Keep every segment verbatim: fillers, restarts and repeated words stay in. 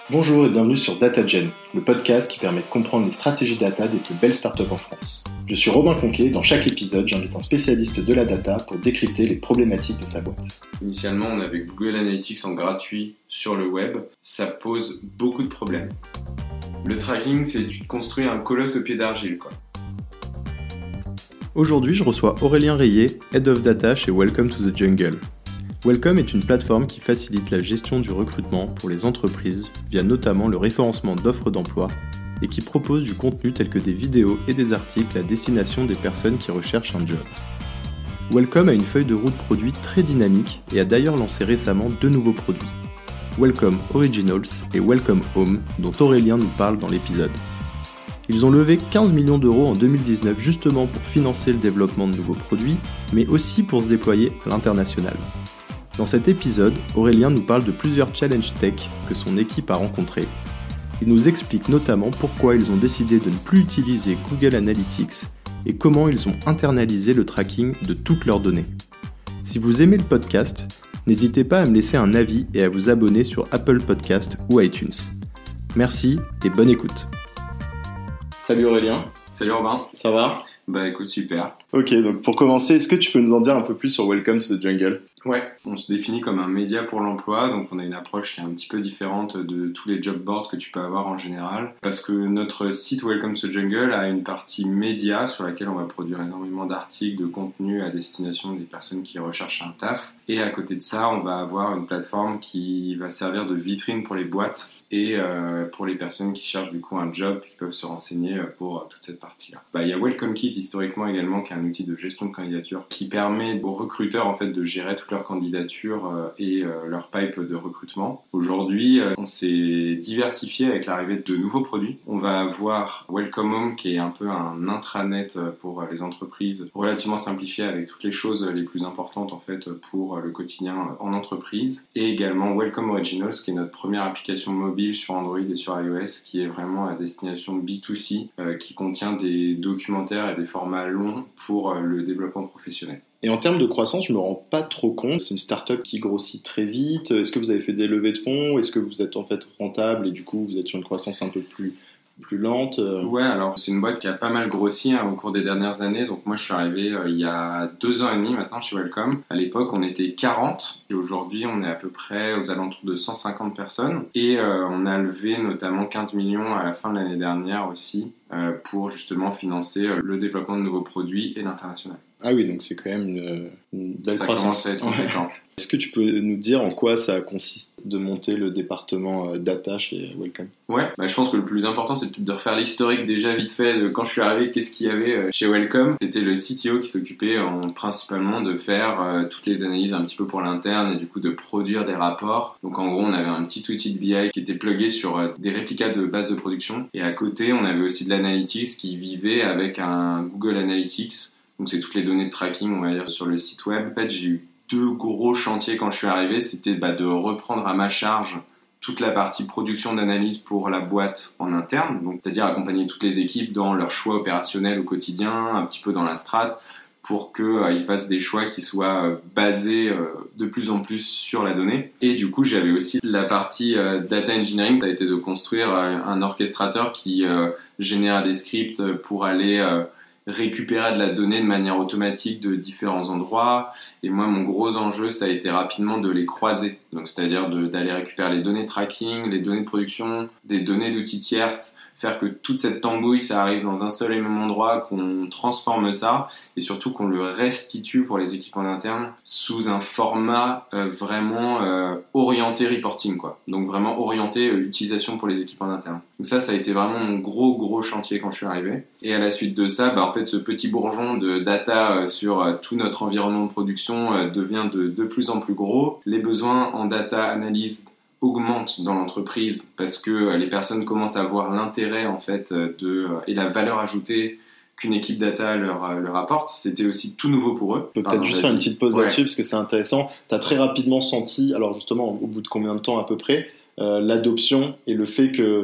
Bonjour et bienvenue sur DataGen, le podcast qui permet de comprendre les stratégies data des plus belles startups en France. Je suis Robin Conquet et dans chaque épisode, j'invite un spécialiste de la data pour décrypter les problématiques de sa boîte. Initialement, on avait Google Analytics en gratuit sur le web. Ça pose beaucoup de problèmes. Le tracking, c'est tu construis un colosse au pied d'argile, quoi. Aujourd'hui, je reçois Aurélien Rayet, Head of Data chez Welcome to the Jungle. Welcome est une plateforme qui facilite la gestion du recrutement pour les entreprises via notamment le référencement d'offres d'emploi et qui propose du contenu tel que des vidéos et des articles à destination des personnes qui recherchent un job. Welcome a une feuille de route produit très dynamique et a d'ailleurs lancé récemment deux nouveaux produits, Welcome Originals et Welcome Home, dont Aurélien nous parle dans l'épisode. Ils ont levé quinze millions d'euros en deux mille dix-neuf justement pour financer le développement de nouveaux produits, mais aussi pour se déployer à l'international. Dans cet épisode, Aurélien nous parle de plusieurs challenges tech que son équipe a rencontrés. Il nous explique notamment pourquoi ils ont décidé de ne plus utiliser Google Analytics et comment ils ont internalisé le tracking de toutes leurs données. Si vous aimez le podcast, n'hésitez pas à me laisser un avis et à vous abonner sur Apple Podcast ou iTunes. Merci et bonne écoute. Salut Aurélien. Salut Robin. Ça va ? Bah écoute, super. Ok, donc pour commencer, est-ce que tu peux nous en dire un peu plus sur Welcome to the Jungle ? Ouais, on se définit comme un média pour l'emploi, donc on a une approche qui est un petit peu différente de tous les job boards que tu peux avoir en général, parce que notre site Welcome to the Jungle a une partie média sur laquelle on va produire énormément d'articles, de contenu à destination des personnes qui recherchent un taf, et à côté de ça, on va avoir une plateforme qui va servir de vitrine pour les boîtes et euh, pour les personnes qui cherchent du coup un job, qui peuvent se renseigner pour euh, toute cette partie-là. Bah, il y a Welcome Kit historiquement également, qui est un outil de gestion de candidature qui permet aux recruteurs en fait de gérer toutes leurs candidatures euh, et euh, leur pipe de recrutement. Aujourd'hui, euh, on s'est diversifié avec l'arrivée de nouveaux produits. On va avoir Welcome Home qui est un peu un intranet pour les entreprises, relativement simplifié avec toutes les choses les plus importantes en fait pour le quotidien en entreprise. Et également Welcome Originals qui est notre première application mobile sur Android et sur iOS qui est vraiment à destination B deux C euh, qui contient des documentaires et des formats longs pour euh, le développement professionnel. Et en termes de croissance, je me rends pas trop compte. C'est une start-up qui grossit très vite. Est-ce que vous avez fait des levées de fonds ? Est-ce que vous êtes en fait rentable et du coup vous êtes sur une croissance un peu plus plus lente? Ouais, alors c'est une boîte qui a pas mal grossi hein, au cours des dernières années. Donc moi je suis arrivé euh, il y a deux ans et demi maintenant chez Welcome. À l'époque on était quarante et aujourd'hui on est à peu près aux alentours de cent cinquante personnes. Et euh, on a levé notamment quinze millions à la fin de l'année dernière aussi euh, pour justement financer euh, le développement de nouveaux produits et l'international. Ah oui, donc c'est quand même une, une belle ça croissance. Ça commence à être conséquent. Est-ce que tu peux nous dire en quoi ça consiste de monter le département data chez Welcome ? Ouais, bah je pense que le plus important c'est peut-être de refaire l'historique déjà vite fait de quand je suis arrivé, qu'est-ce qu'il y avait chez Welcome. C'était le C T O qui s'occupait en, principalement de faire euh, toutes les analyses un petit peu pour l'interne et du coup de produire des rapports. Donc en gros on avait un petit outil de B I qui était plugué sur euh, des réplicas de bases de production et à côté on avait aussi de l'analytics qui vivait avec un Google Analytics. Donc c'est toutes les données de tracking, on va dire, sur le site web. En fait, j'ai eu deux gros chantiers quand je suis arrivé. C'était bah, de reprendre à ma charge toute la partie production d'analyse pour la boîte en interne. Donc, c'est-à-dire accompagner toutes les équipes dans leurs choix opérationnels au quotidien, un petit peu dans la strat, pour qu'ils euh, fassent des choix qui soient euh, basés euh, de plus en plus sur la donnée. Et du coup, j'avais aussi la partie euh, data engineering. Ça a été de construire euh, un orchestrateur qui euh, génère des scripts pour aller... Euh, récupérer de la donnée de manière automatique de différents endroits. Et moi, mon gros enjeu, ça a été rapidement de les croiser. Donc, c'est-à-dire de, d'aller récupérer les données de tracking, les données de production, des données d'outils tierces, faire que toute cette tambouille, ça arrive dans un seul et même endroit, qu'on transforme ça, et surtout qu'on le restitue pour les équipes en interne sous un format euh, vraiment euh, orienté reporting, quoi. Donc vraiment orienté euh, utilisation pour les équipes en interne. Donc ça, ça a été vraiment mon gros gros chantier quand je suis arrivé. Et à la suite de ça, bah, en fait, ce petit bourgeon de data euh, sur euh, tout notre environnement de production euh, devient de, de plus en plus gros. Les besoins en data analyse augmente dans l'entreprise parce que les personnes commencent à voir l'intérêt en fait de et la valeur ajoutée qu'une équipe data leur, leur apporte. C'était aussi tout nouveau pour eux. Je peux peut-être juste faire une petite pause ouais. là-dessus parce que c'est intéressant. Tu as très rapidement senti, alors justement au bout de combien de temps à peu près, euh, l'adoption et le fait que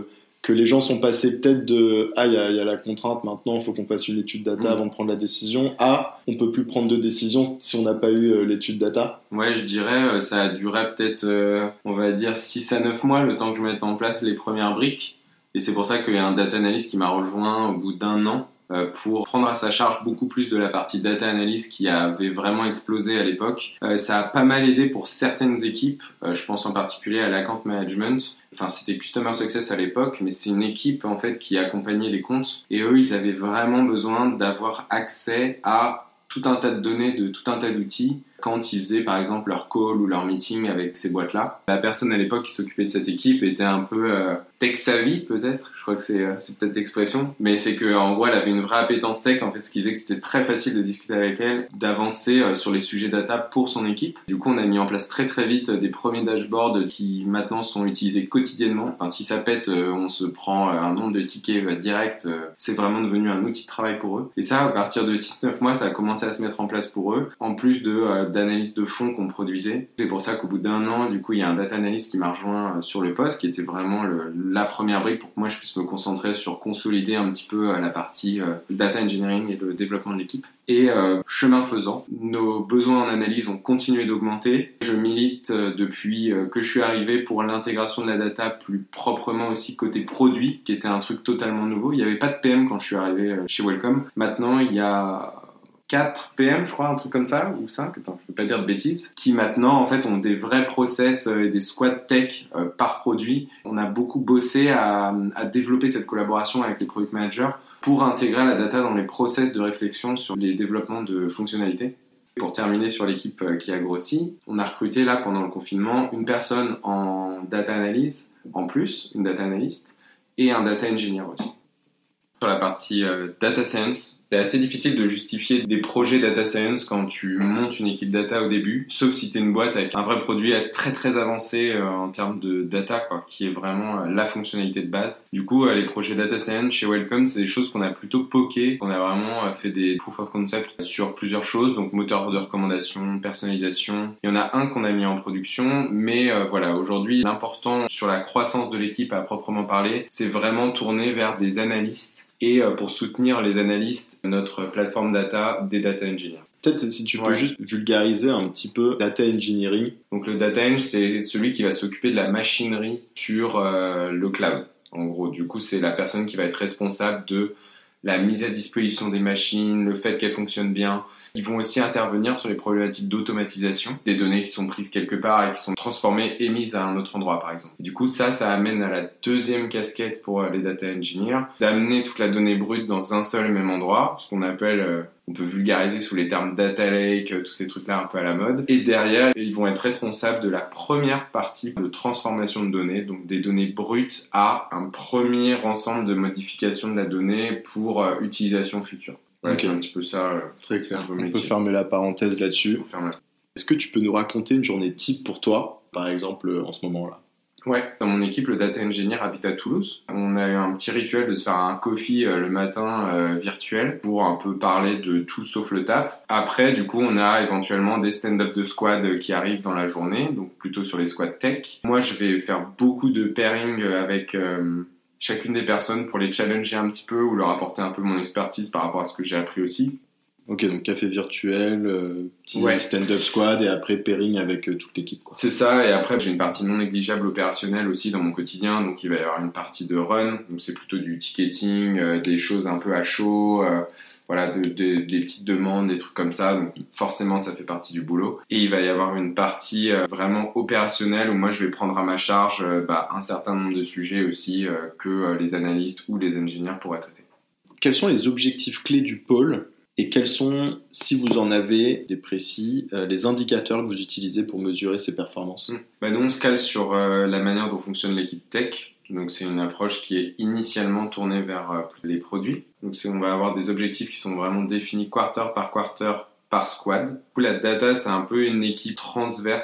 que les gens sont passés peut-être de ah il y a, y a la contrainte maintenant, il faut qu'on fasse une étude data mmh. avant de prendre la décision, à on peut plus prendre de décision si on n'a pas eu euh, l'étude data. Ouais, je dirais euh, ça a duré peut-être euh, on va dire six à neuf mois le temps que je mette en place les premières briques, et c'est pour ça qu'il y a un data analyst qui m'a rejoint au bout d'un an euh, pour prendre à sa charge beaucoup plus de la partie data analyst qui avait vraiment explosé à l'époque. Euh, ça a pas mal aidé pour certaines équipes, euh, je pense en particulier à l'account management. Enfin, c'était Customer Success à l'époque, mais c'est une équipe en fait qui accompagnait les comptes, et eux, ils avaient vraiment besoin d'avoir accès à tout un tas de données de tout un tas d'outils quand ils faisaient par exemple leur call ou leur meeting avec ces boîtes-là. La personne à l'époque qui s'occupait de cette équipe était un peu euh, tech-savvy peut-être, je crois que c'est, euh, c'est peut-être l'expression, mais c'est qu'en gros elle avait une vraie appétence tech, en fait, ce qui faisait que c'était très facile de discuter avec elle, d'avancer euh, sur les sujets data pour son équipe. Du coup on a mis en place très très vite des premiers dashboards qui maintenant sont utilisés quotidiennement. Enfin, si ça pète, euh, on se prend euh, un nombre de tickets euh, direct, euh, c'est vraiment devenu un outil de travail pour eux. Et ça, à partir de six neuf mois, ça a commencé à se mettre en place pour eux, en plus de euh, d'analyse de fonds qu'on produisait. C'est pour ça qu'au bout d'un an, du coup, il y a un data analyst qui m'a rejoint sur le poste, qui était vraiment le, la première brique pour que moi je puisse me concentrer sur consolider un petit peu la partie euh, data engineering et le développement de l'équipe. Et euh, chemin faisant, nos besoins en analyse ont continué d'augmenter. Je milite euh, depuis euh, que je suis arrivé pour l'intégration de la data plus proprement aussi côté produit, qui était un truc totalement nouveau. Il n'y avait pas de P M quand je suis arrivé euh, chez Welcome. Maintenant, il y a quatre P M, je crois, un truc comme ça, ou cinq, attends, je peux pas dire de bêtises, qui maintenant, en fait, ont des vrais process et des squads tech euh, par produit. On a beaucoup bossé à, à développer cette collaboration avec les product managers pour intégrer la data dans les process de réflexion sur les développements de fonctionnalités. Pour terminer sur l'équipe qui a grossi, on a recruté là, pendant le confinement, une personne en data analyse, en plus, une data analyst, et un data engineer aussi. Sur la partie euh, data science, c'est assez difficile de justifier des projets data science quand tu montes une équipe data au début, sauf si tu es une boîte avec un vrai produit très très avancé euh, en termes de data, quoi, qui est vraiment euh, la fonctionnalité de base. Du coup, euh, les projets data science chez Welcome, c'est des choses qu'on a plutôt poké, qu'on a vraiment euh, fait des proof of concept sur plusieurs choses, donc moteur de recommandation, personnalisation. Il y en a un qu'on a mis en production, mais euh, voilà, aujourd'hui, l'important sur la croissance de l'équipe à proprement parler, c'est vraiment tourner vers des analystes, et pour soutenir les analystes, notre plateforme data des data engineers. Peut-être si tu peux ouais. juste vulgariser un petit peu data engineering. Donc le data eng, c'est celui qui va s'occuper de la machinerie sur euh, le cloud. En gros, du coup, c'est la personne qui va être responsable de la mise à disposition des machines, le fait qu'elles fonctionnent bien. Ils vont aussi intervenir sur les problématiques d'automatisation des données qui sont prises quelque part et qui sont transformées et mises à un autre endroit, par exemple. Du coup, ça, ça amène à la deuxième casquette pour les data engineers, d'amener toute la donnée brute dans un seul et même endroit, ce qu'on appelle, euh, on peut vulgariser sous les termes data lake, tous ces trucs-là un peu à la mode. Et derrière, ils vont être responsables de la première partie de transformation de données, donc des données brutes à un premier ensemble de modification de la donnée pour euh, utilisation future. Ouais, okay. C'est un petit peu ça. Euh, Très clair. On peut fermer la parenthèse là-dessus. Est-ce que tu peux nous raconter une journée type pour toi, par exemple, en ce moment-là ? Ouais, dans mon équipe, le data engineer habite à Toulouse. On a eu un petit rituel de se faire un coffee euh, le matin euh, virtuel pour un peu parler de tout sauf le taf. Après, du coup, on a éventuellement des stand-up de squad qui arrivent dans la journée, donc plutôt sur les squads tech. Moi, je vais faire beaucoup de pairing avec euh, chacune des personnes pour les challenger un petit peu ou leur apporter un peu mon expertise par rapport à ce que j'ai appris aussi. Ok, donc café virtuel, euh, petit ouais. stand-up squad et après pairing avec euh, toute l'équipe, quoi. C'est ça, et après j'ai une partie non négligeable opérationnelle aussi dans mon quotidien, donc il va y avoir une partie de run, donc c'est plutôt du ticketing, euh, des choses un peu à chaud, euh, voilà, de, de, des petites demandes, des trucs comme ça, donc forcément ça fait partie du boulot. Et il va y avoir une partie euh, vraiment opérationnelle où moi je vais prendre à ma charge euh, bah, un certain nombre de sujets aussi euh, que euh, les analystes ou les ingénieurs pourraient traiter. Quels sont les objectifs clés du pôle ? Et quels sont, si vous en avez des précis, euh, les indicateurs que vous utilisez pour mesurer ces performances ? mmh. bah Nous, on se cale sur euh, la manière dont fonctionne l'équipe tech. Donc, c'est une approche qui est initialement tournée vers euh, les produits. Donc, c'est, on va avoir des objectifs qui sont vraiment définis quarter par quarter par squad. Du coup, la data, c'est un peu une équipe transverse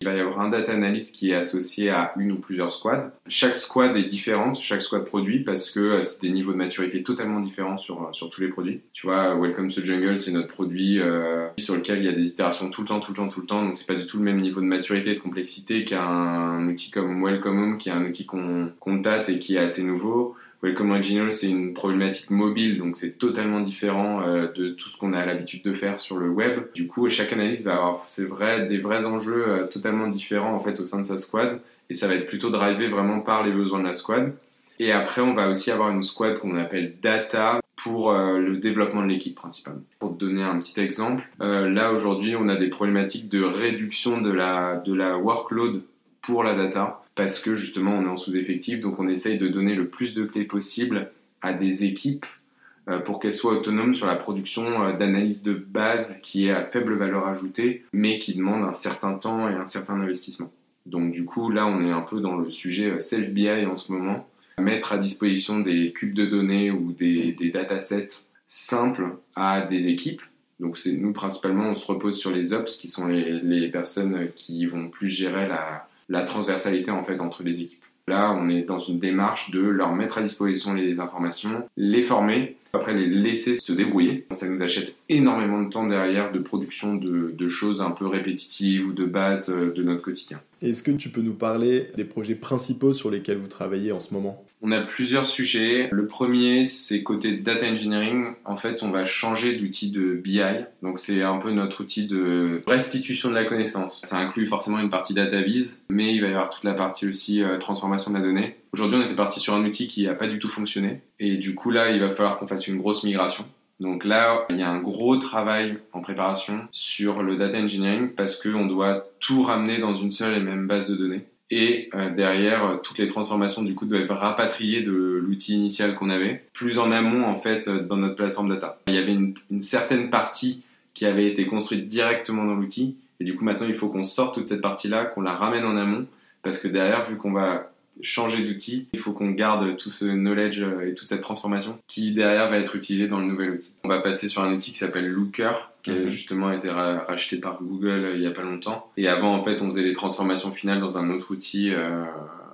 Il va y avoir un data analyst qui est associé à une ou plusieurs squads. Chaque squad est différente, chaque squad produit, parce que c'est des niveaux de maturité totalement différents sur, sur tous les produits. Tu vois, Welcome to the Jungle, c'est notre produit euh, sur lequel il y a des itérations tout le temps, tout le temps, tout le temps. Donc c'est pas du tout le même niveau de maturité et de complexité qu'un outil comme Welcome Home, qui est un outil qu'on, qu'on tâte et qui est assez nouveau. Welcome Original, c'est une problématique mobile, donc c'est totalement différent euh, de tout ce qu'on a l'habitude de faire sur le web. Du coup, chaque analyste va avoir, c'est vrai, des vrais enjeux euh, totalement différents en fait au sein de sa squad, et ça va être plutôt drivé vraiment par les besoins de la squad. Et après, on va aussi avoir une squad qu'on appelle data pour euh, le développement de l'équipe principalement. Pour te donner un petit exemple, euh, là aujourd'hui, on a des problématiques de réduction de la de la workload pour la data. Parce que justement on est en sous-effectif, donc on essaye de donner le plus de clés possible à des équipes euh, pour qu'elles soient autonomes sur la production euh, d'analyse de base qui est à faible valeur ajoutée, mais qui demande un certain temps et un certain investissement. Donc du coup là on est un peu dans le sujet self-B I en ce moment, mettre à disposition des cubes de données ou des, des datasets simples à des équipes. Donc c'est, nous principalement on se repose sur les ops qui sont les, les personnes qui vont plus gérer la la transversalité en fait entre les équipes. Là, on est dans une démarche de leur mettre à disposition les informations, les former, après les laisser se débrouiller. Ça nous achète énormément de temps derrière de production de, de choses un peu répétitives ou de base de notre quotidien. Est-ce que tu peux nous parler des projets principaux sur lesquels vous travaillez en ce moment ? On a plusieurs sujets. Le premier, c'est côté data engineering. En fait, on va changer d'outil de B I. Donc, c'est un peu notre outil de restitution de la connaissance. Ça inclut forcément une partie data viz, mais il va y avoir toute la partie aussi euh, transformation de la donnée. Aujourd'hui, on était parti sur un outil qui n'a pas du tout fonctionné. Et du coup, là, il va falloir qu'on fasse une grosse migration. Donc là, il y a un gros travail en préparation sur le data engineering parce qu'on doit tout ramener dans une seule et même base de données. Et euh, derrière, toutes les transformations du coup doivent être rapatriées de l'outil initial qu'on avait, plus en amont en fait dans notre plateforme data. Il y avait une, une certaine partie qui avait été construite directement dans l'outil, et du coup maintenant il faut qu'on sorte toute cette partie-là, qu'on la ramène en amont, parce que derrière, vu qu'on va changer d'outil, il faut qu'on garde tout ce knowledge et toute cette transformation qui derrière va être utilisée dans le nouvel outil. On va passer sur un outil qui s'appelle Looker, qui a justement été ra- racheté par Google il y a pas longtemps. Et avant, en fait, on faisait les transformations finales dans un autre outil euh,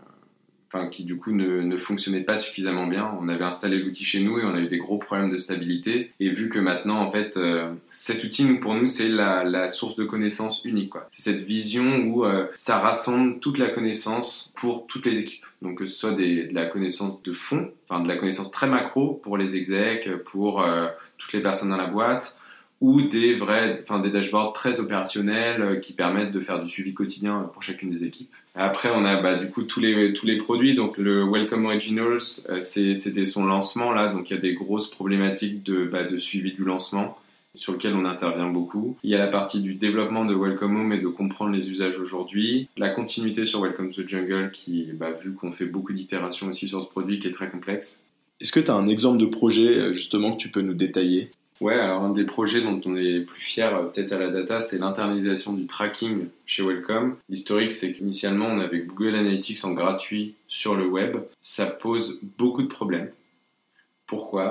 enfin, qui, du coup, ne, ne fonctionnait pas suffisamment bien. On avait installé l'outil chez nous et on a eu des gros problèmes de stabilité. Et vu que maintenant, en fait, euh, cet outil, nous, pour nous, c'est la, la source de connaissances unique, quoi. C'est cette vision où euh, ça rassemble toute la connaissance pour toutes les équipes. Donc, que ce soit des, de la connaissance de fond, enfin, de la connaissance très macro pour les execs, pour euh, toutes les personnes dans la boîte, ou des vrais, enfin des dashboards très opérationnels euh, qui permettent de faire du suivi quotidien pour chacune des équipes. Après, on a bah, du coup tous les tous les produits. Donc le Welcome Originals, euh, c'est, c'était son lancement là, donc il y a des grosses problématiques de bah, de suivi du lancement sur lequel on intervient beaucoup. Il y a la partie du développement de Welcome Home et de comprendre les usages aujourd'hui. La continuité sur Welcome to the Jungle qui, bah, vu qu'on fait beaucoup d'itérations aussi sur ce produit qui est très complexe. Est-ce que tu as un exemple de projet justement que tu peux nous détailler ? Ouais, alors un des projets dont on est plus fier peut-être à la data, c'est l'internalisation du tracking chez Welcome. L'historique, c'est qu'initialement, on avait Google Analytics en gratuit sur le web. Ça pose beaucoup de problèmes. Pourquoi ?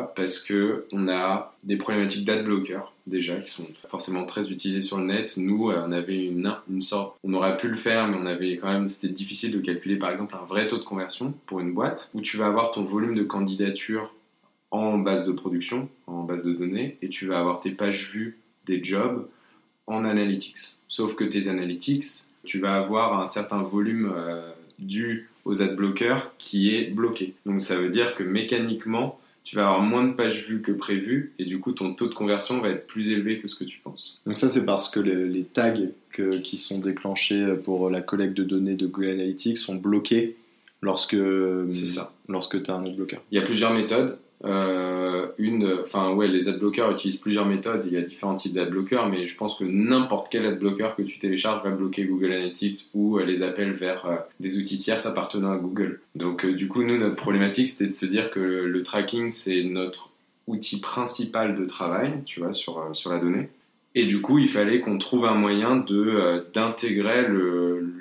Parce que on a des problématiques d'adblocker déjà qui sont forcément très utilisées sur le net. Nous, on avait une, une sorte, on aurait pu le faire, mais on avait quand même, c'était difficile de calculer par exemple un vrai taux de conversion pour une boîte où tu vas avoir ton volume de candidature en base de production, en base de données, et tu vas avoir tes pages vues des jobs en analytics. Sauf que tes analytics, tu vas avoir un certain volume euh, dû aux adblockers qui est bloqué. Donc ça veut dire que mécaniquement, tu vas avoir moins de pages vues que prévu, et du coup ton taux de conversion va être plus élevé que ce que tu penses. Donc ça, c'est parce que les, les tags que, qui sont déclenchés pour la collecte de données de Google Analytics sont bloqués lorsque, c'est ça. Lorsque tu as un adblocker. Il y a plusieurs méthodes. Euh, une, enfin ouais, les adblockers utilisent plusieurs méthodes. Il y a différents types d'adblockers, mais je pense que n'importe quel adblocker que tu télécharges va bloquer Google Analytics ou euh, les appels vers euh, des outils tiers appartenant à Google. Donc euh, du coup, nous, notre problématique, c'était de se dire que le, le tracking, c'est notre outil principal de travail, tu vois, sur euh, sur la donnée. Et du coup, il fallait qu'on trouve un moyen de euh, d'intégrer le, le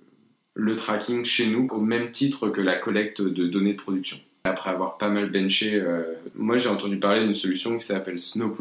le tracking chez nous au même titre que la collecte de données de production. Après avoir pas mal benché, euh, moi j'ai entendu parler d'une solution qui s'appelle Snowplow,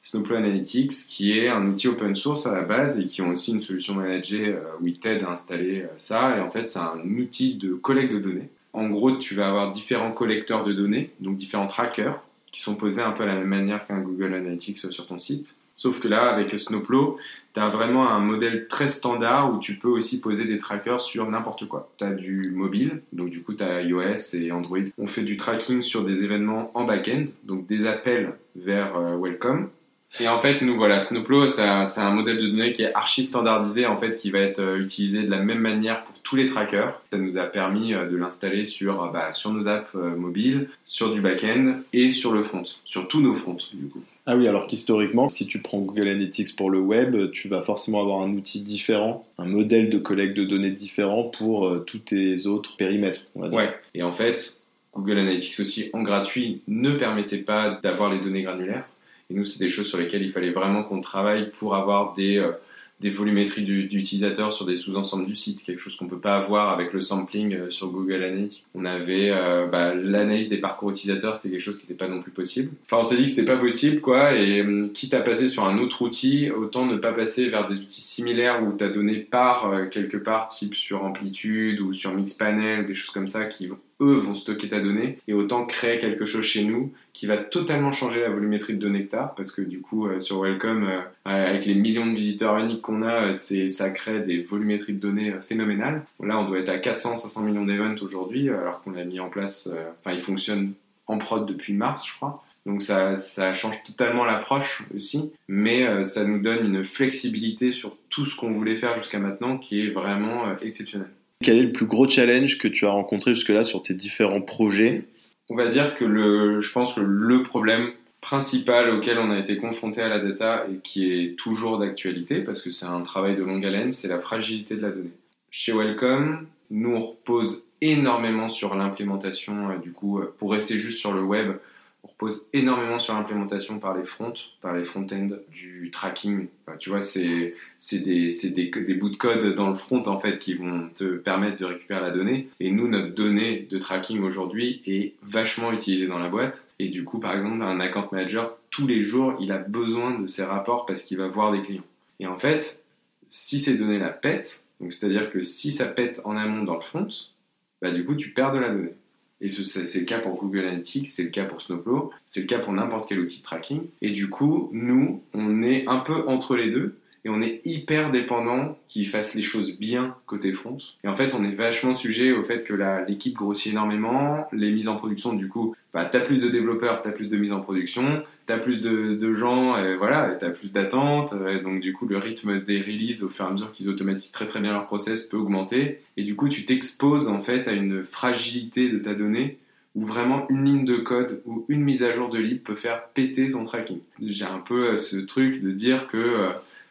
Snowplow Analytics, qui est un outil open source à la base et qui ont aussi une solution managée euh, où ils t'aident à installer euh, ça. Et en fait, c'est un outil de collecte de données. En gros, tu vas avoir différents collecteurs de données, donc différents trackers, qui sont posés un peu à la même manière qu'un Google Analytics sur ton site. Sauf que là, avec Snowplow, tu as vraiment un modèle très standard où tu peux aussi poser des trackers sur n'importe quoi. Tu as du mobile, donc du coup tu as iOS et Android. On fait du tracking sur des événements en back-end, donc des appels vers euh, Welcome. Et en fait, nous, voilà, Snowplow, c'est un, c'est un modèle de données qui est archi standardisé, en fait, qui va être euh, utilisé de la même manière pour tous les trackers. Ça nous a permis euh, de l'installer sur, euh, bah, sur nos apps euh, mobiles, sur du back-end et sur le front, sur tous nos fronts, du coup. Ah oui, alors qu'historiquement, si tu prends Google Analytics pour le web, tu vas forcément avoir un outil différent, un modèle de collecte de données différent pour euh, tous tes autres périmètres, on va dire. Ouais, et en fait, Google Analytics aussi, en gratuit, ne permettait pas d'avoir les données granulaires. Et nous, c'est des choses sur lesquelles il fallait vraiment qu'on travaille pour avoir des, euh, des volumétries du, d'utilisateurs sur des sous-ensembles du site, quelque chose qu'on ne peut pas avoir avec le sampling euh, sur Google Analytics. On avait euh, bah, l'analyse des parcours utilisateurs, c'était quelque chose qui n'était pas non plus possible. Enfin, on s'est dit que c'était pas possible, quoi, et euh, quitte à passer sur un autre outil, autant ne pas passer vers des outils similaires où ta donnée part euh, quelque part, type sur Amplitude ou sur Mixpanel, des choses comme ça qui eux vont stocker ta donnée, et autant créer quelque chose chez nous qui va totalement changer la volumétrie de données que tu as, parce que du coup euh, sur Welcome, euh, avec les millions de visiteurs uniques qu'on a, euh, c'est, ça crée des volumétries de données euh, phénoménales. Là on doit être à quatre cents à cinq cents millions d'events aujourd'hui, euh, alors qu'on l'a mis en place, euh, enfin il fonctionne en prod depuis mars je crois, donc ça, ça change totalement l'approche aussi, mais euh, ça nous donne une flexibilité sur tout ce qu'on voulait faire jusqu'à maintenant qui est vraiment euh, exceptionnel. Quel est le plus gros challenge que tu as rencontré jusque-là sur tes différents projets ? On va dire que le, je pense que le problème principal auquel on a été confronté à la data et qui est toujours d'actualité, parce que c'est un travail de longue haleine, c'est la fragilité de la donnée. Chez Welcome, nous on repose énormément sur l'implémentation, euh, du coup, pour rester juste sur le web, on repose énormément sur l'implémentation par les fronts, par les front-end du tracking. Enfin, tu vois, c'est, c'est, des, c'est des, des bouts de code dans le front, en fait, qui vont te permettre de récupérer la donnée. Et nous, notre donnée de tracking aujourd'hui est vachement utilisée dans la boîte. Et du coup, par exemple, un account manager, tous les jours, il a besoin de ces rapports parce qu'il va voir des clients. Et en fait, si ces données-là pètent, donc c'est-à-dire que si ça pète en amont dans le front, bah, du coup, tu perds de la donnée. Et c'est le cas pour Google Analytics, c'est le cas pour Snowplow, c'est le cas pour n'importe quel outil de tracking. Et du coup, nous, on est un peu entre les deux et on est hyper dépendant qu'ils fassent les choses bien côté front. Et en fait, on est vachement sujet au fait que la, l'équipe grossit énormément, les mises en production, du coup, bah, t'as plus de développeurs, t'as plus de mises en production, t'as plus de, de gens, et voilà, t'as plus d'attentes, et donc du coup, le rythme des releases, au fur et à mesure qu'ils automatisent très très bien leur process, peut augmenter. Et du coup, tu t'exposes en fait à une fragilité de ta donnée où vraiment une ligne de code ou une mise à jour de lib peut faire péter son tracking. J'ai un peu ce truc de dire que euh,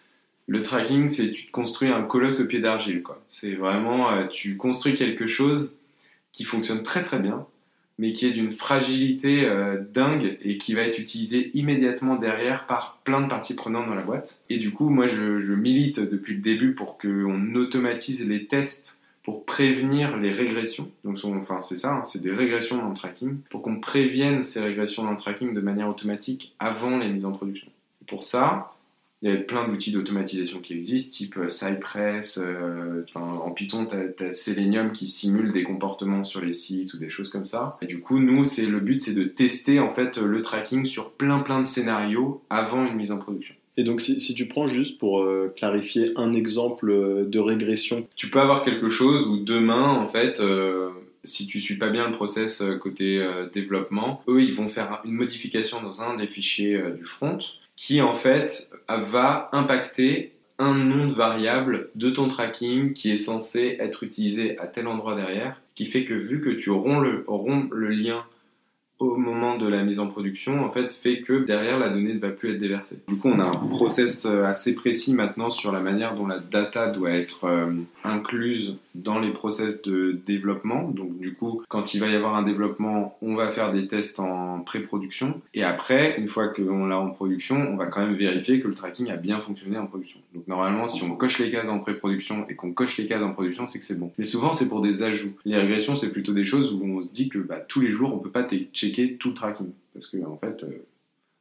le tracking, c'est tu te construis un colosse au pied d'argile, quoi. C'est vraiment, euh, tu construis quelque chose qui fonctionne très très bien, mais qui est d'une fragilité euh, dingue et qui va être utilisé immédiatement derrière par plein de parties prenantes dans la boîte. Et du coup, moi, je, je milite depuis le début pour qu'on automatise les tests pour prévenir les régressions. Donc, enfin, c'est ça, hein, c'est des régressions dans le tracking, pour qu'on prévienne ces régressions dans le tracking de manière automatique avant les mises en production. Et pour ça, il y a plein d'outils d'automatisation qui existent, type Cypress, euh, en Python, tu as Selenium qui simule des comportements sur les sites ou des choses comme ça. Et du coup, nous, c'est, le but, c'est de tester en fait, le tracking sur plein plein de scénarios avant une mise en production. Et donc, si, si tu prends juste pour euh, clarifier un exemple de régression. Tu peux avoir quelque chose où demain, en fait... Euh, si tu suis pas bien le process côté euh, développement, eux, ils vont faire une modification dans un des fichiers euh, du front qui, en fait, va impacter un nom de variable de ton tracking qui est censé être utilisé à tel endroit derrière, qui fait que vu que tu romps le, romps le lien au moment de la mise en production, en fait, fait que derrière, la donnée ne va plus être déversée. Du coup, on a un process assez précis maintenant sur la manière dont la data doit être euh, incluse dans les process de développement. Donc, du coup, quand il va y avoir un développement, on va faire des tests en pré-production. Et après, une fois qu'on l'a en production, on va quand même vérifier que le tracking a bien fonctionné en production. Donc, normalement, si on coche les cases en pré-production et qu'on coche les cases en production, c'est que c'est bon. Mais souvent, c'est pour des ajouts. Les régressions, c'est plutôt des choses où on se dit que bah, tous les jours, on peut pas checker tout le tracking. Parce que, en fait, euh,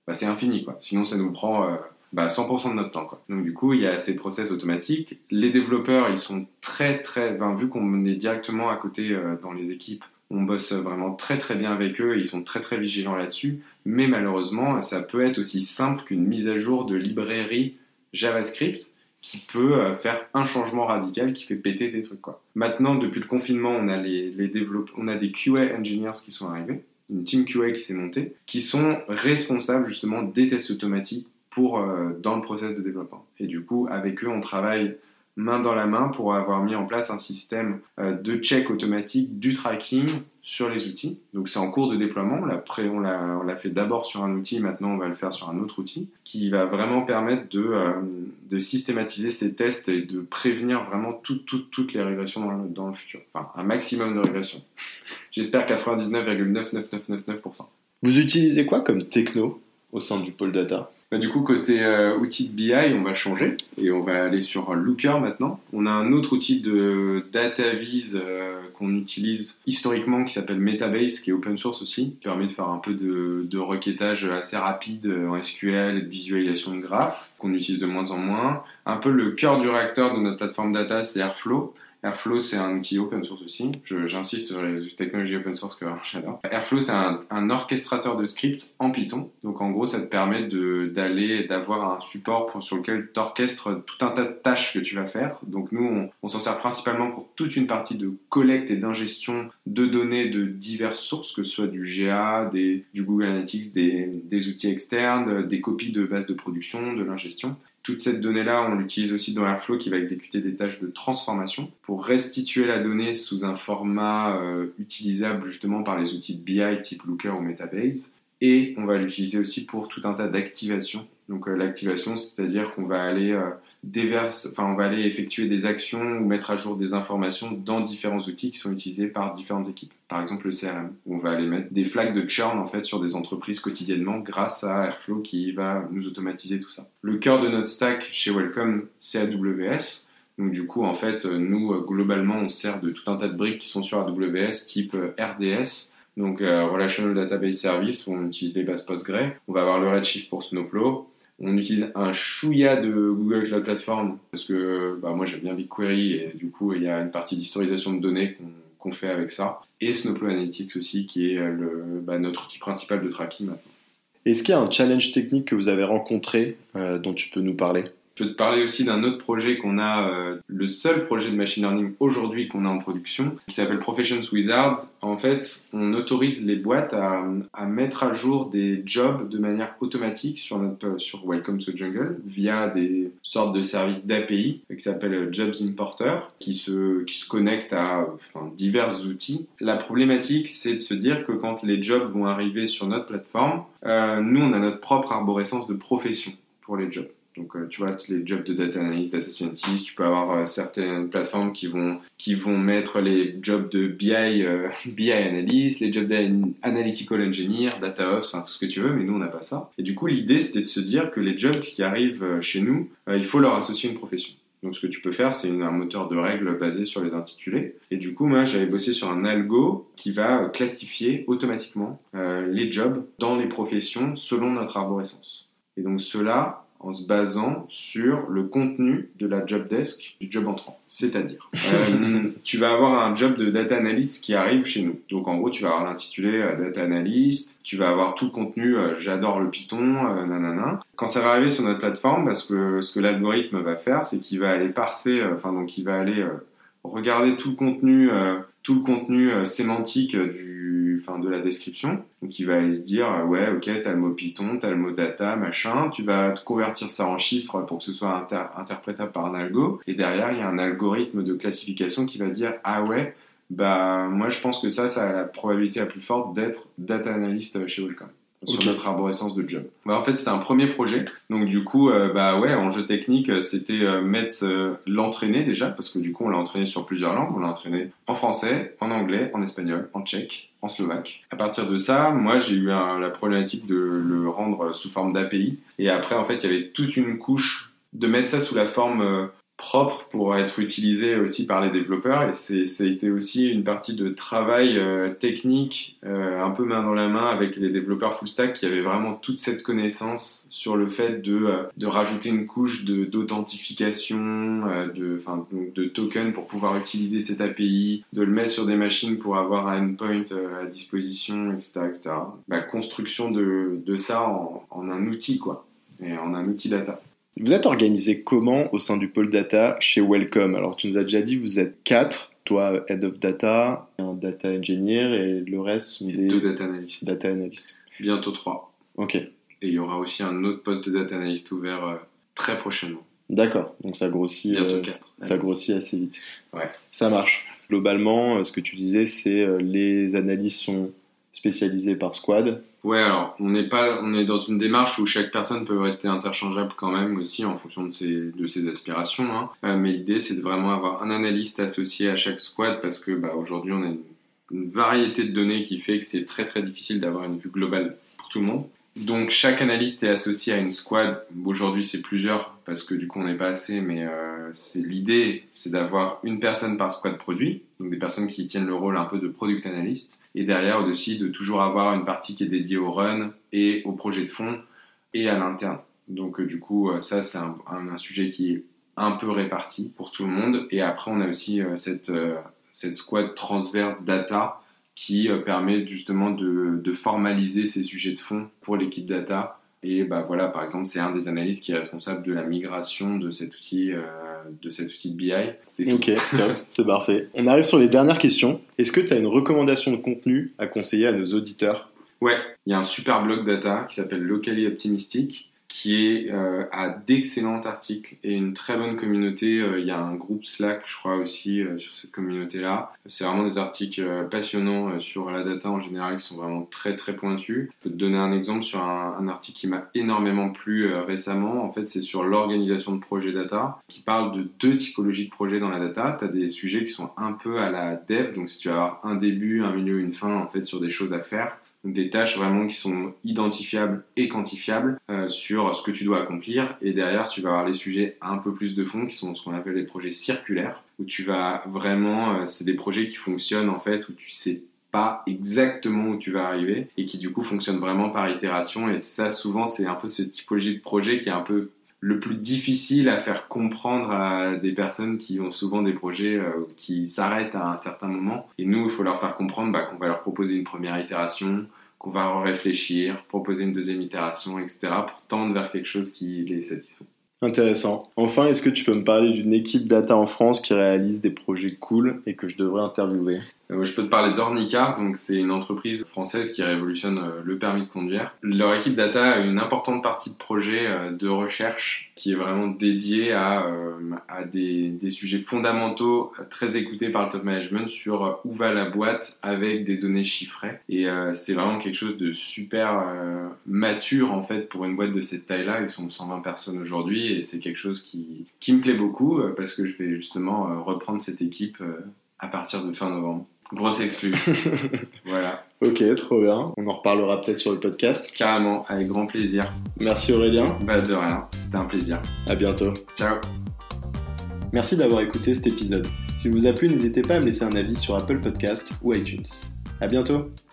bah, c'est infini, quoi. Sinon, ça nous prend euh, bah, cent pour cent de notre temps, quoi. Donc du coup, il y a ces process automatiques. Les développeurs, ils sont très, très... Ben, vu qu'on est directement à côté euh, dans les équipes, on bosse vraiment très, très bien avec eux. Ils sont très, très vigilants là-dessus. Mais malheureusement, ça peut être aussi simple qu'une mise à jour de librairie JavaScript qui peut euh, faire un changement radical qui fait péter tes trucs, quoi. Maintenant, depuis le confinement, on a, les, les développeurs, on a des Q A engineers qui sont arrivés, une team Q A qui s'est montée, qui sont responsables justement des tests automatiques pour, euh, dans le process de développement. Et du coup, avec eux, on travaille main dans la main pour avoir mis en place un système euh, de check automatique du tracking sur les outils. Donc c'est en cours de déploiement. On l'a, pré- on l'a, on l'a fait d'abord sur un outil, maintenant on va le faire sur un autre outil, qui va vraiment permettre de, euh, de systématiser ces tests et de prévenir vraiment tout, tout, toutes les régressions dans le, dans le futur. Enfin, un maximum de régressions. J'espère quatre-vingt-dix-neuf virgule neuf neuf neuf neuf neuf pour cent. Vous utilisez quoi comme techno au sein du pôle data ? Bah, du coup, côté euh, outil de B I, on va changer et on va aller sur Looker maintenant. On a un autre outil de data viz euh, qu'on utilise historiquement qui s'appelle Metabase, qui est open source aussi, qui permet de faire un peu de, de requêtage assez rapide en S Q L et de visualisation de graphes, qu'on utilise de moins en moins. Un peu le cœur du réacteur de notre plateforme data, c'est Airflow. Airflow, c'est un outil open source aussi. Je, j'insiste sur les technologies open source que j'adore. Airflow, c'est un, un orchestrateur de script en Python. Donc, en gros, ça te permet de, d'aller, d'avoir un support pour, sur lequel tu orchestres tout un tas de tâches que tu vas faire. Donc, nous, on, on s'en sert principalement pour toute une partie de collecte et d'ingestion de données de diverses sources, que ce soit du G A, des, du Google Analytics, des, des outils externes, des copies de bases de production, de l'ingestion. Toute cette donnée-là, on l'utilise aussi dans Airflow qui va exécuter des tâches de transformation pour restituer la donnée sous un format euh, utilisable justement par les outils de B I type Looker ou Metabase. Et on va l'utiliser aussi pour tout un tas d'activations. Donc euh, l'activation, c'est-à-dire qu'on va aller euh, déverse, enfin on va aller effectuer des actions ou mettre à jour des informations dans différents outils qui sont utilisés par différentes équipes. Par exemple le C R M, où on va aller mettre des flags de churn en fait sur des entreprises quotidiennement grâce à Airflow qui va nous automatiser tout ça. Le cœur de notre stack chez Welcome, c'est A W S. Donc du coup en fait nous globalement on sert de tout un tas de briques qui sont sur A W S type R D S. Donc euh, Relational Database Service, où on utilise les bases Postgre. On va avoir le Redshift pour Snowplow. On utilise un chouïa de Google Cloud Platform parce que bah, moi j'aime bien BigQuery et du coup il y a une partie d'historisation de données qu'on, qu'on fait avec ça. Et Snowplow Analytics aussi qui est le, bah, notre outil principal de tracking maintenant. Est-ce qu'il y a un challenge technique que vous avez rencontré euh, dont tu peux nous parler ? Je peux te parler aussi d'un autre projet qu'on a, euh, le seul projet de machine learning aujourd'hui qu'on a en production, qui s'appelle Professions Wizards. En fait, on autorise les boîtes à, à mettre à jour des jobs de manière automatique sur, notre, sur Welcome to the Jungle via des sortes de services d'A P I qui s'appellent Jobs Importer, qui se, qui se connectent à enfin, divers outils. La problématique, c'est de se dire que quand les jobs vont arriver sur notre plateforme, euh, nous, on a notre propre arborescence de profession pour les jobs. Donc, euh, tu vois, les jobs de data analyst, data scientist, tu peux avoir euh, certaines plateformes qui vont, qui vont mettre les jobs de B I, euh, B I analyst, les jobs d'analytical engineer, data ops, enfin tout ce que tu veux, mais nous, on n'a pas ça. Et du coup, l'idée, c'était de se dire que les jobs qui arrivent euh, chez nous, euh, il faut leur associer une profession. Donc, ce que tu peux faire, c'est une, un moteur de règles basé sur les intitulés. Et du coup, moi, j'avais bossé sur un algo qui va classifier automatiquement euh, les jobs dans les professions selon notre arborescence. Et donc, cela en se basant sur le contenu de la job desk du job entrant. C'est-à-dire, euh, tu vas avoir un job de data analyst qui arrive chez nous. Donc en gros, tu vas avoir l'intitulé euh, data analyst, tu vas avoir tout le contenu euh, j'adore le Python, euh, nanana. Quand ça va arriver sur notre plateforme, parce que ce que l'algorithme va faire, c'est qu'il va aller parser, enfin euh, donc il va aller euh, regarder tout le contenu, euh, tout le contenu euh, sémantique euh, du, enfin de la description. Donc il va aller se dire euh, ouais ok t'as le mot Python, t'as le mot data machin, tu vas te convertir ça en chiffres pour que ce soit inter- interprétable par un algo. Et derrière il y a un algorithme de classification qui va dire ah ouais bah moi je pense que ça ça a la probabilité la plus forte d'être data analyst chez Welcome. Sur okay. Notre arborescence de job. Bah, en fait, c'était un premier projet. Donc, du coup, euh, bah ouais, enjeu technique, c'était euh, mettre euh, l'entraîner déjà, parce que du coup, on l'a entraîné sur plusieurs langues. On l'a entraîné en français, en anglais, en espagnol, en tchèque, en slovaque. À partir de ça, moi, j'ai eu un, la problématique de le rendre sous forme d'A P I. Et après, en fait, il y avait toute une couche de mettre ça sous la forme euh, propre pour être utilisé aussi par les développeurs et c'est, ça a été aussi une partie de travail euh, technique euh, un peu main dans la main avec les développeurs full stack qui avaient vraiment toute cette connaissance sur le fait de, euh, de rajouter une couche de, d'authentification, euh, de, enfin, donc de token pour pouvoir utiliser cette A P I, de le mettre sur des machines pour avoir un endpoint euh, à disposition, et cetera, et cetera. Bah, construction de, de ça en, en un outil, quoi, et en un outil data. Vous êtes organisé comment au sein du pôle data chez Welcome ? Alors, tu nous as déjà dit, vous êtes quatre, toi, Head of Data, un Data Engineer, et le reste sont des... Deux Data Analysts. Data Analysts. Bientôt trois. Ok. Et il y aura aussi un autre poste de Data Analyst ouvert euh, très prochainement. D'accord, donc ça grossit, euh, ça grossit assez vite. Ouais. Ça marche. Globalement, ce que tu disais, c'est euh, les analyses sont spécialisées par squad. Ouais, alors on n'est pas, on est dans une démarche où chaque personne peut rester interchangeable quand même aussi en fonction de ses, de ses aspirations. Hein. Euh, mais l'idée, c'est de vraiment avoir un analyste associé à chaque squad parce que bah, aujourd'hui, on a une, une variété de données qui fait que c'est très très difficile d'avoir une vue globale pour tout le monde. Donc chaque analyste est associé à une squad. Aujourd'hui, c'est plusieurs parce que du coup, on n'est pas assez. Mais euh, c'est l'idée, c'est d'avoir une personne par squad produit, donc des personnes qui tiennent le rôle un peu de product analyst. Et derrière aussi de toujours avoir une partie qui est dédiée au run et au projet de fond et à l'interne. Donc euh, du coup, euh, ça c'est un, un, un sujet qui est un peu réparti pour tout le monde. Et après, on a aussi euh, cette, euh, cette squad transverse data qui euh, permet justement de, de formaliser ces sujets de fond pour l'équipe data. Et bah voilà, par exemple, c'est un des analystes qui est responsable de la migration de cet outil, euh, de cet outil de B I. C'est ok, top, c'est parfait. On arrive sur les dernières questions. Est-ce que tu as une recommandation de contenu à conseiller à nos auditeurs ? Ouais, il y a un super blog data qui s'appelle Locally Optimistic, qui est euh, à d'excellents articles et une très bonne communauté. Euh, il y a un groupe Slack, je crois aussi, euh, sur cette communauté-là. C'est vraiment des articles euh, passionnants euh, sur la data en général qui sont vraiment très très pointus. Je peux te donner un exemple sur un, un article qui m'a énormément plu euh, récemment. En fait, c'est sur l'organisation de projets data, qui parle de deux typologies de projets dans la data. Tu as des sujets qui sont un peu à la dev, donc si tu vas avoir un début, un milieu, une fin, en fait, sur des choses à faire. Donc des tâches vraiment qui sont identifiables et quantifiables euh, sur ce que tu dois accomplir. Et derrière, tu vas avoir les sujets un peu plus de fond qui sont ce qu'on appelle les projets circulaires, où tu vas vraiment, euh, c'est des projets qui fonctionnent en fait, où tu sais pas exactement où tu vas arriver et qui du coup fonctionnent vraiment par itération. Et ça, souvent, c'est un peu ce typologie de projet qui est un peu le plus difficile à faire comprendre à des personnes qui ont souvent des projets euh, qui s'arrêtent à un certain moment. Et nous, il faut leur faire comprendre bah, qu'on va leur proposer une première itération, qu'on va réfléchir, proposer une deuxième itération, et cetera pour tendre vers quelque chose qui les satisfait. Intéressant. Enfin, est-ce que tu peux me parler d'une équipe data en France qui réalise des projets cool et que je devrais interviewer ? Euh, je peux te parler d'Ornicar, donc c'est une entreprise française qui révolutionne euh, le permis de conduire. Leur équipe data a une importante partie de projet euh, de recherche qui est vraiment dédiée à, euh, à des, des sujets fondamentaux euh, très écoutés par le top management sur euh, où va la boîte avec des données chiffrées. Et euh, c'est vraiment quelque chose de super euh, mature en fait pour une boîte de cette taille-là. Ils sont cent vingt personnes aujourd'hui et c'est quelque chose qui, qui me plaît beaucoup euh, parce que je vais justement euh, reprendre cette équipe euh, à partir de fin novembre. Grosse exclue. Voilà. Ok, trop bien. On en reparlera peut-être sur le podcast. Carrément, avec grand plaisir. Merci Aurélien. Bah de rien, c'était un plaisir. À bientôt. Ciao. Merci d'avoir écouté cet épisode. Si vous a plu, n'hésitez pas à me laisser un avis sur Apple Podcast ou iTunes. À bientôt.